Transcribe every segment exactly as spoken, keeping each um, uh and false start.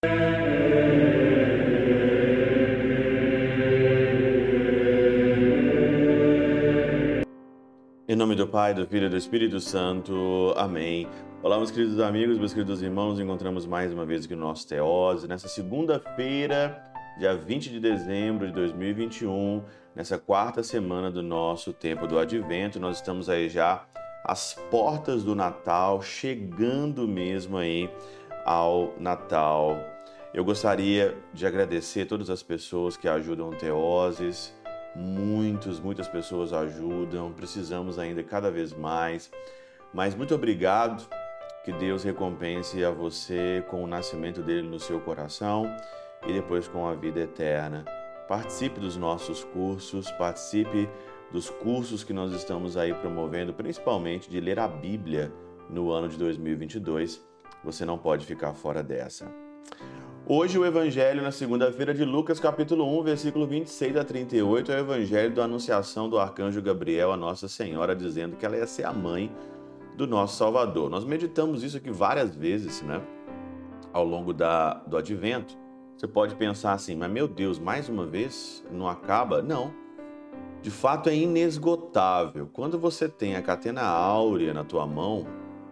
Em nome do Pai, do Filho e do Espírito Santo. Amém. Olá, meus queridos amigos, meus queridos irmãos. Nos encontramos mais uma vez aqui no nosso Teose, nessa segunda-feira, dia vinte de dezembro de dois mil e vinte e um, nessa quarta semana do nosso tempo do Advento. Nós estamos aí já às portas do Natal, chegando mesmo aí ao Natal. Eu gostaria de agradecer todas as pessoas que ajudam o Teoses. Muitos, muitas pessoas ajudam, precisamos ainda cada vez mais, mas muito obrigado, que Deus recompense a você com o nascimento dele no seu coração e depois com a vida eterna. Participe dos nossos cursos, participe dos cursos que nós estamos aí promovendo, principalmente de ler a Bíblia no ano de dois mil e vinte e dois, você não pode ficar fora dessa. Hoje o Evangelho, na segunda-feira de Lucas, capítulo um, versículo vinte e seis a trinta e oito, é o Evangelho da Anunciação do Arcanjo Gabriel a Nossa Senhora, dizendo que ela ia ser a mãe do nosso Salvador. Nós meditamos isso aqui várias vezes, né? Ao longo da, do Advento. Você pode pensar assim, mas meu Deus, mais uma vez, não acaba? Não. De fato é inesgotável. Quando você tem a catena áurea na tua mão,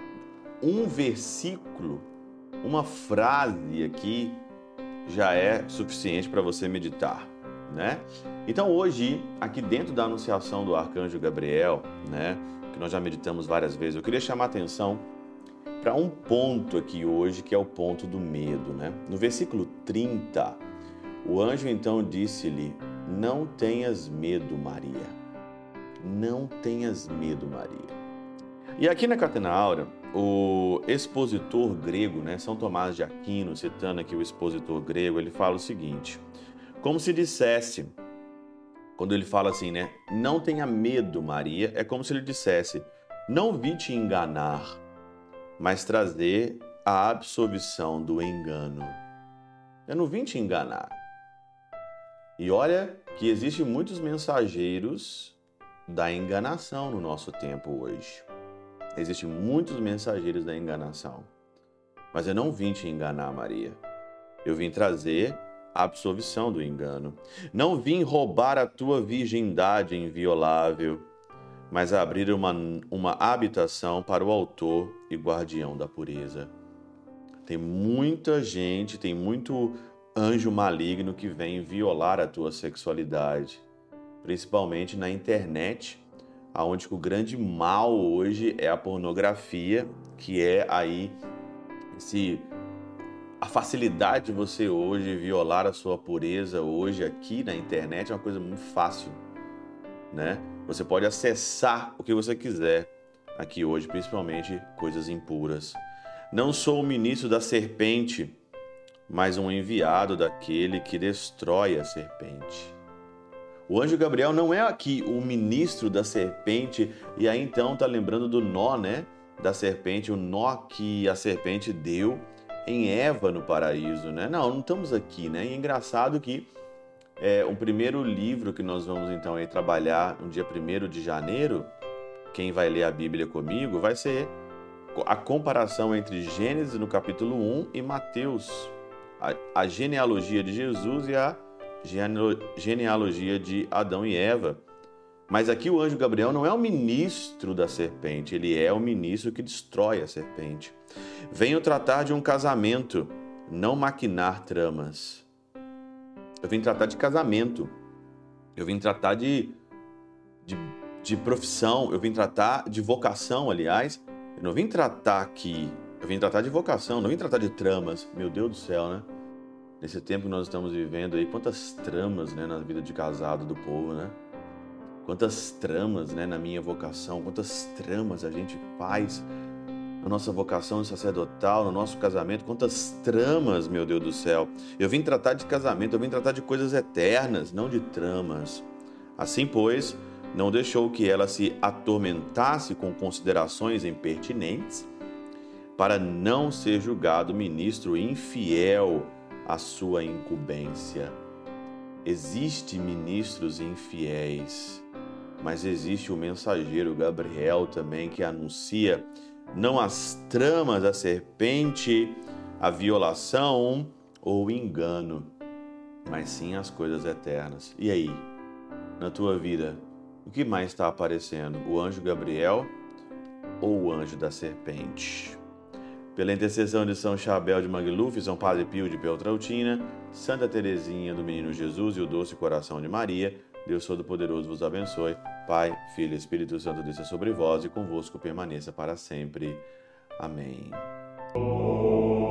um versículo, uma frase aqui já é suficiente para você meditar, né? Então hoje, aqui dentro da anunciação do Arcanjo Gabriel, né, que nós já meditamos várias vezes, eu queria chamar a atenção para um ponto aqui hoje, que é o ponto do medo, né? No versículo trinta, o anjo então disse-lhe: "Não tenhas medo, Maria. Não tenhas medo, Maria." E aqui na Catena Áurea, o expositor grego, né, São Tomás de Aquino, citando aqui o expositor grego, ele fala o seguinte, como se dissesse, quando ele fala assim, né, não tenha medo, Maria, é como se ele dissesse, não vim te enganar, mas trazer a absolvição do engano. Eu não vim te enganar. E olha que existem muitos mensageiros da enganação no nosso tempo hoje. Existem muitos mensageiros da enganação. Mas eu não vim te enganar, Maria. Eu vim trazer a absolvição do engano. Não vim roubar a tua virgindade inviolável, mas abrir uma, uma habitação para o autor e guardião da pureza. Tem muita gente, tem muito anjo maligno que vem violar a tua sexualidade, principalmente na internet, onde o grande mal hoje é a pornografia, que é aí esse, a facilidade de você hoje violar a sua pureza hoje aqui na internet é uma coisa muito fácil, né? Você pode acessar o que você quiser aqui hoje, principalmente coisas impuras. Não sou o ministro da serpente, mas um enviado daquele que destrói a serpente. O anjo Gabriel não é aqui o ministro da serpente, e aí então tá lembrando do nó, né, da serpente, o nó que a serpente deu em Eva no paraíso, né? Não, não estamos aqui, né? E é engraçado que é, o primeiro livro que nós vamos então aí trabalhar no dia primeiro de janeiro, quem vai ler a Bíblia comigo, vai ser a comparação entre Gênesis no capítulo um e Mateus, a, a genealogia de Jesus e a genealogia de Adão e Eva. Mas aqui o anjo Gabriel não é o ministro da serpente, ele é o ministro que destrói a serpente. Venho tratar de um casamento, não maquinar tramas. Eu vim tratar de casamento, eu vim tratar de, de, de profissão, eu vim tratar de vocação, aliás. Eu não vim tratar aqui, eu vim tratar de vocação, não vim tratar de tramas. Meu Deus do céu, né? Nesse tempo que nós estamos vivendo aí, quantas tramas, né, na vida de casado do povo, né? Quantas tramas, né, na minha vocação, quantas tramas a gente faz na nossa vocação sacerdotal, no nosso casamento, quantas tramas, meu Deus do céu. Eu vim tratar de casamento, eu vim tratar de coisas eternas, não de tramas. Assim, pois, não deixou que ela se atormentasse com considerações impertinentes, para não ser julgado ministro infiel à sua incumbência. Existem ministros infiéis, mas existe o mensageiro Gabriel também, que anuncia não as tramas da serpente, a violação ou engano, mas sim as coisas eternas. E aí, na tua vida, o que mais está aparecendo? O anjo Gabriel ou o anjo da serpente? Pela intercessão de São Chabel de Mangluf, São Padre Pio de Peltrautina, Santa Teresinha do Menino Jesus e o Doce Coração de Maria, Deus Todo-Poderoso vos abençoe. Pai, Filho e Espírito Santo desça sobre vós e convosco permaneça para sempre. Amém.